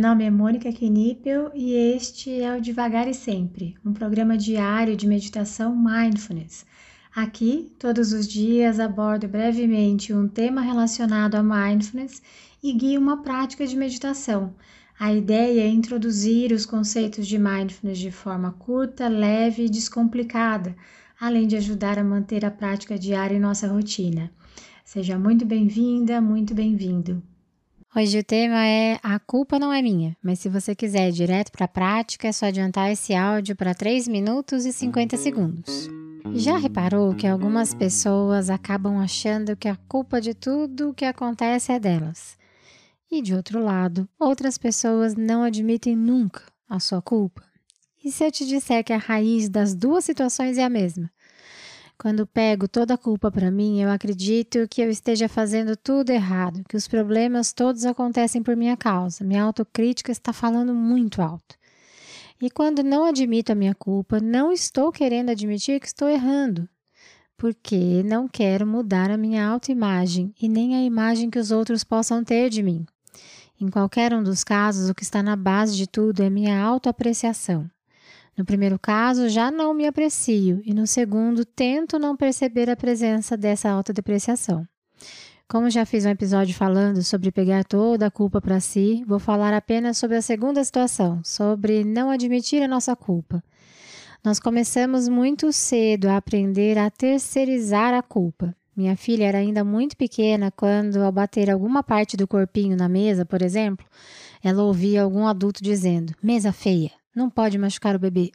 nome é Mônica Knippel e este é o Devagar e Sempre, um programa diário de meditação mindfulness. Aqui, todos os dias, abordo brevemente um tema relacionado a mindfulness e guio uma prática de meditação. A ideia é introduzir os conceitos de mindfulness de forma curta, leve e descomplicada, além de ajudar a manter a prática diária em nossa rotina. Seja muito bem-vinda, muito bem-vindo. Hoje o tema é A Culpa Não É Minha, mas se você quiser ir direto para a prática, é só adiantar esse áudio para 3 minutos e 50 segundos. Já reparou que algumas pessoas acabam achando que a culpa de tudo o que acontece é delas? E de outro lado, outras pessoas não admitem nunca a sua culpa? E se eu te disser que a raiz das duas situações é a mesma? Quando pego toda a culpa para mim, eu acredito que eu esteja fazendo tudo errado, que os problemas todos acontecem por minha causa. Minha autocrítica está falando muito alto. E quando não admito a minha culpa, não estou querendo admitir que estou errando, porque não quero mudar a minha autoimagem e nem a imagem que os outros possam ter de mim. Em qualquer um dos casos, o que está na base de tudo é minha autoapreciação. No primeiro caso, já não me aprecio e no segundo, tento não perceber a presença dessa autodepreciação. Como já fiz um episódio falando sobre pegar toda a culpa para si, vou falar apenas sobre a segunda situação, sobre não admitir a nossa culpa. Nós começamos muito cedo a aprender a terceirizar a culpa. Minha filha era ainda muito pequena quando, ao bater alguma parte do corpinho na mesa, por exemplo, ela ouvia algum adulto dizendo, mesa feia. Não pode machucar o bebê.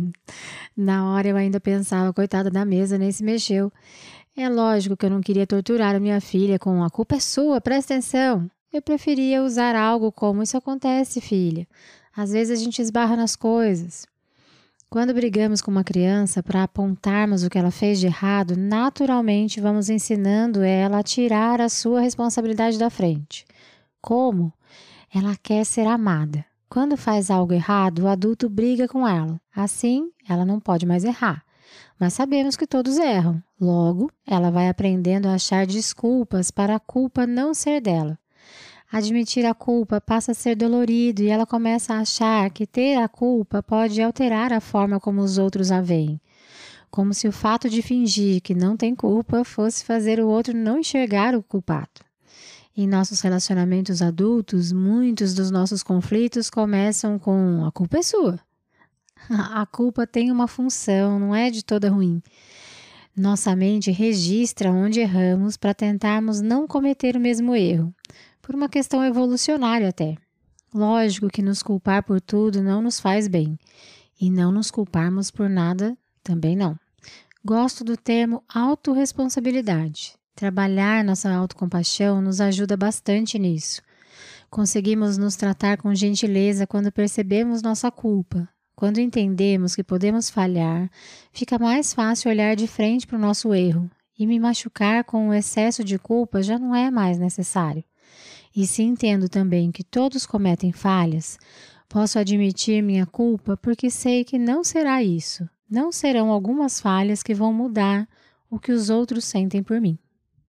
Na hora eu ainda pensava, coitada da mesa, nem se mexeu. É lógico que eu não queria torturar a minha filha com a culpa é sua, presta atenção. Eu preferia usar algo como isso acontece, filha. Às vezes a gente esbarra nas coisas. Quando brigamos com uma criança para apontarmos o que ela fez de errado, naturalmente vamos ensinando ela a tirar a sua responsabilidade da frente. Como? Ela quer ser amada. Quando faz algo errado, o adulto briga com ela. Assim, ela não pode mais errar. Mas sabemos que todos erram. Logo, ela vai aprendendo a achar desculpas para a culpa não ser dela. Admitir a culpa passa a ser dolorido e ela começa a achar que ter a culpa pode alterar a forma como os outros a veem. Como se o fato de fingir que não tem culpa fosse fazer o outro não enxergar o culpado. Em nossos relacionamentos adultos, muitos dos nossos conflitos começam com a culpa é sua. A culpa tem uma função, não é de toda ruim. Nossa mente registra onde erramos para tentarmos não cometer o mesmo erro, por uma questão evolucionária até. Lógico que nos culpar por tudo não nos faz bem, e não nos culparmos por nada também não. Gosto do termo autorresponsabilidade. Trabalhar nossa autocompaixão nos ajuda bastante nisso. Conseguimos nos tratar com gentileza quando percebemos nossa culpa. Quando entendemos que podemos falhar, fica mais fácil olhar de frente para o nosso erro. E me machucar com o excesso de culpa já não é mais necessário. E se entendo também que todos cometem falhas, posso admitir minha culpa porque sei que não será isso. Não serão algumas falhas que vão mudar o que os outros sentem por mim.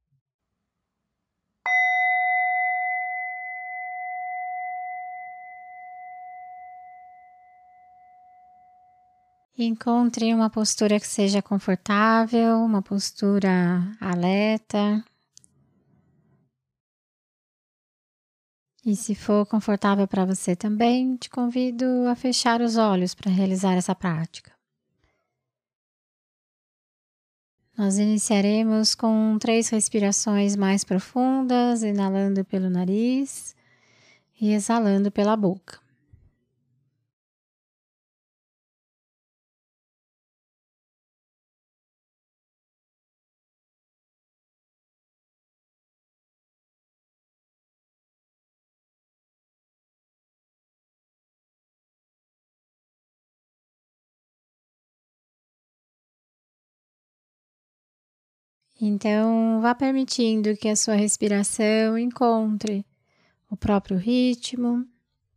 Encontre uma postura que seja confortável, uma postura alerta. E se for confortável para você também, te convido a fechar os olhos para realizar essa prática. Nós iniciaremos com 3 respirações mais profundas, inalando pelo nariz e exalando pela boca. Então, vá permitindo que a sua respiração encontre o próprio ritmo,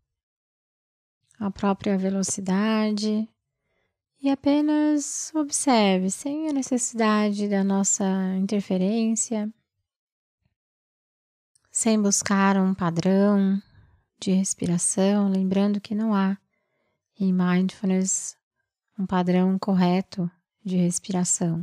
a própria velocidade e apenas observe, sem a necessidade da nossa interferência, sem buscar um padrão, de respiração, lembrando que não há em Mindfulness um padrão correto de respiração.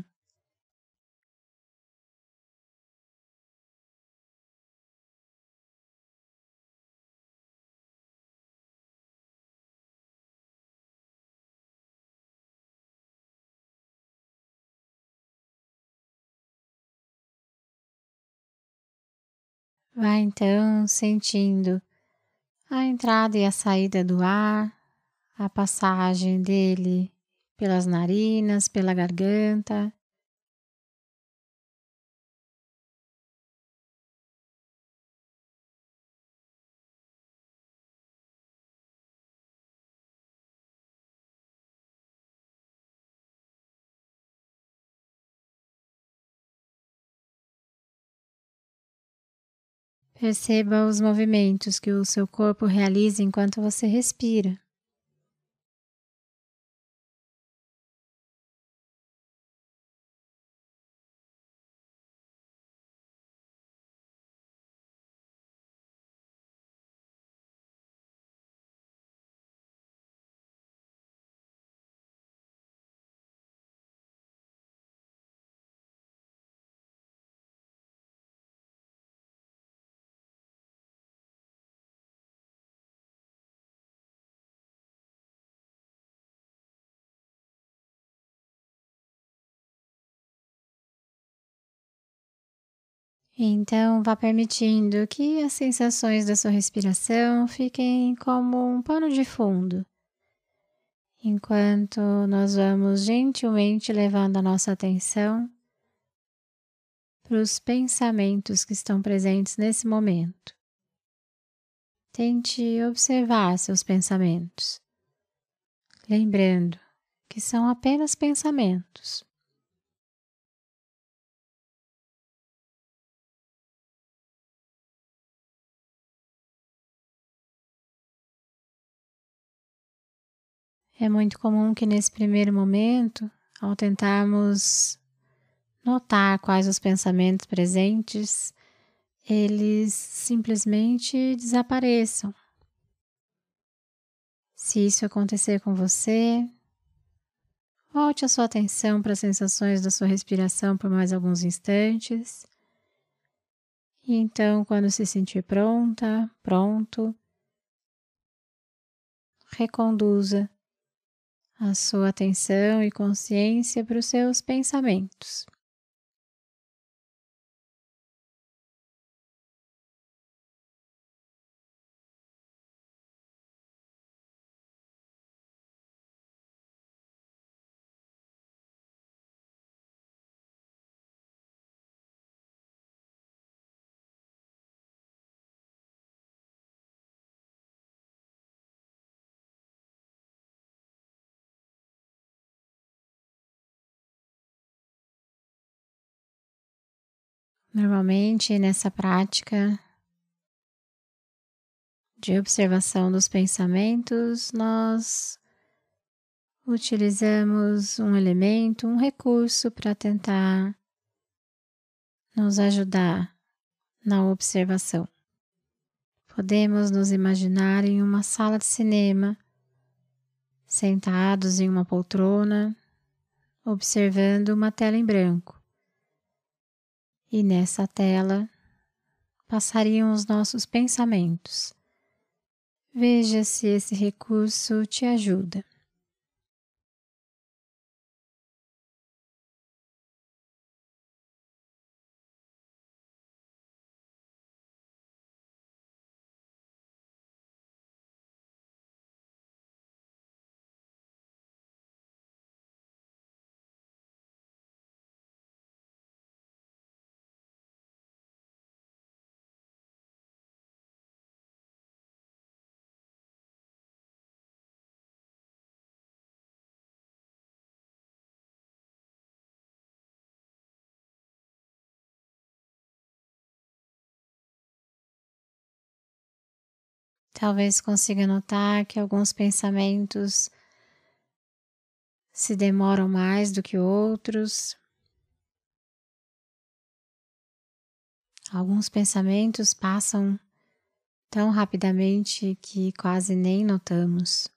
Vai então sentindo a entrada e a saída do ar, a passagem dele pelas narinas, pela garganta. Perceba os movimentos que o seu corpo realiza enquanto você respira. Então, vá permitindo que as sensações da sua respiração fiquem como um pano de fundo, enquanto nós vamos gentilmente levando a nossa atenção para os pensamentos que estão presentes nesse momento. Tente observar seus pensamentos, lembrando que são apenas pensamentos. É muito comum que nesse primeiro momento, ao tentarmos notar quais os pensamentos presentes, eles simplesmente desapareçam. Se isso acontecer com você, volte a sua atenção para as sensações da sua respiração por mais alguns instantes. E então, quando se sentir pronta, pronto, reconduza a sua atenção e consciência para os seus pensamentos. Normalmente, nessa prática de observação dos pensamentos, nós utilizamos um elemento, um recurso para tentar nos ajudar na observação. Podemos nos imaginar em uma sala de cinema, sentados em uma poltrona, observando uma tela em branco. E nessa tela passariam os nossos pensamentos. Veja se esse recurso te ajuda. Talvez consiga notar que alguns pensamentos se demoram mais do que outros. Alguns pensamentos passam tão rapidamente que quase nem notamos.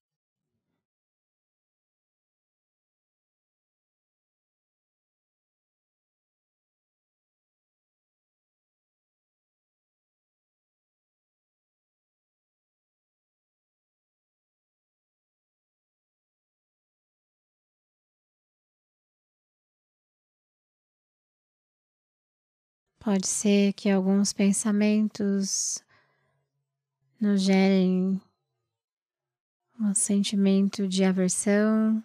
Pode ser que alguns pensamentos nos gerem um sentimento de aversão,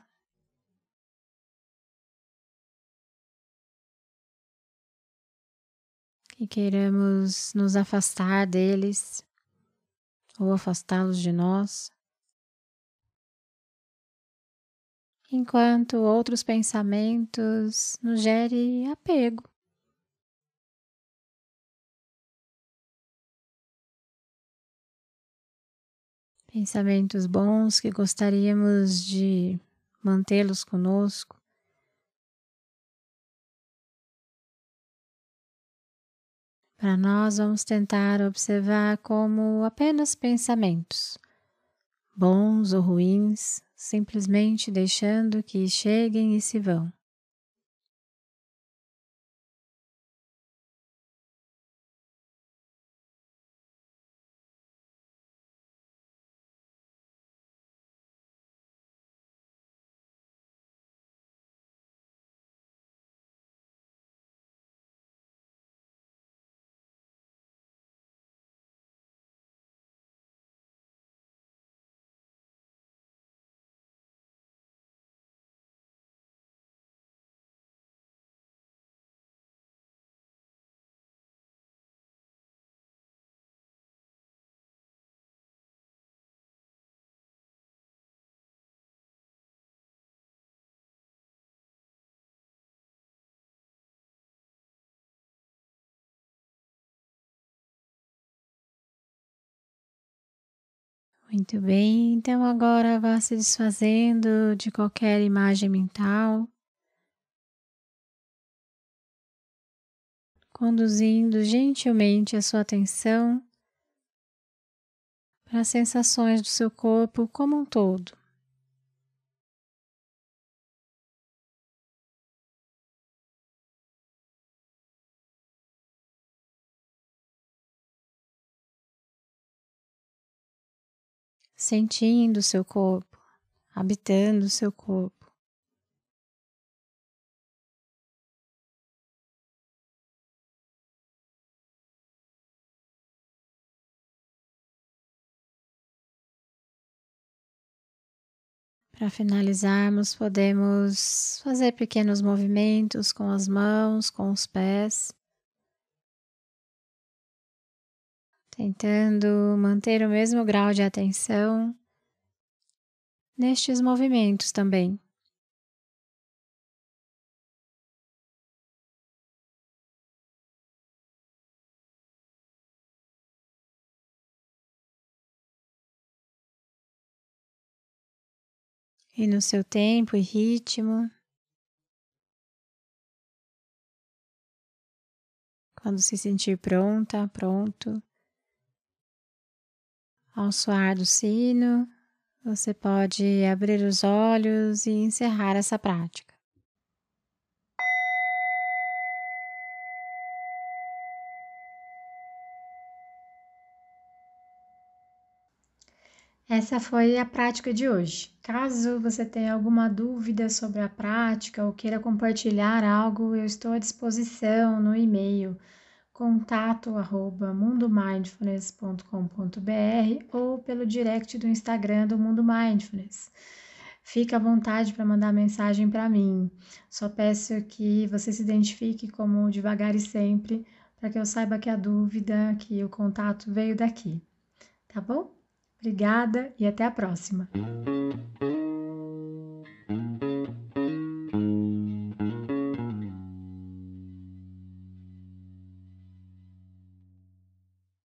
que queiramos nos afastar deles ou afastá-los de nós, enquanto outros pensamentos nos gerem apego. Pensamentos bons que gostaríamos de mantê-los conosco. Para nós, vamos tentar observar como apenas pensamentos, bons ou ruins, simplesmente deixando que cheguem e se vão. Muito bem, então agora vá se desfazendo de qualquer imagem mental, conduzindo gentilmente a sua atenção para as sensações do seu corpo como um todo. Sentindo o seu corpo, habitando o seu corpo. Para finalizarmos, podemos fazer pequenos movimentos com as mãos, com os pés, tentando manter o mesmo grau de atenção nestes movimentos também. E no seu tempo e ritmo, quando se sentir pronta, pronto, ao soar do sino, você pode abrir os olhos e encerrar essa prática. Essa foi a prática de hoje. Caso você tenha alguma dúvida sobre a prática ou queira compartilhar algo, eu estou à disposição no e-mail contato@mundomindfulness.com.br ou pelo direct do Instagram do Mundo Mindfulness. Fique à vontade para mandar mensagem para mim. Só peço que você se identifique como Devagar e Sempre, para que eu saiba que a dúvida, que o contato veio daqui. Tá bom? Obrigada e até a próxima!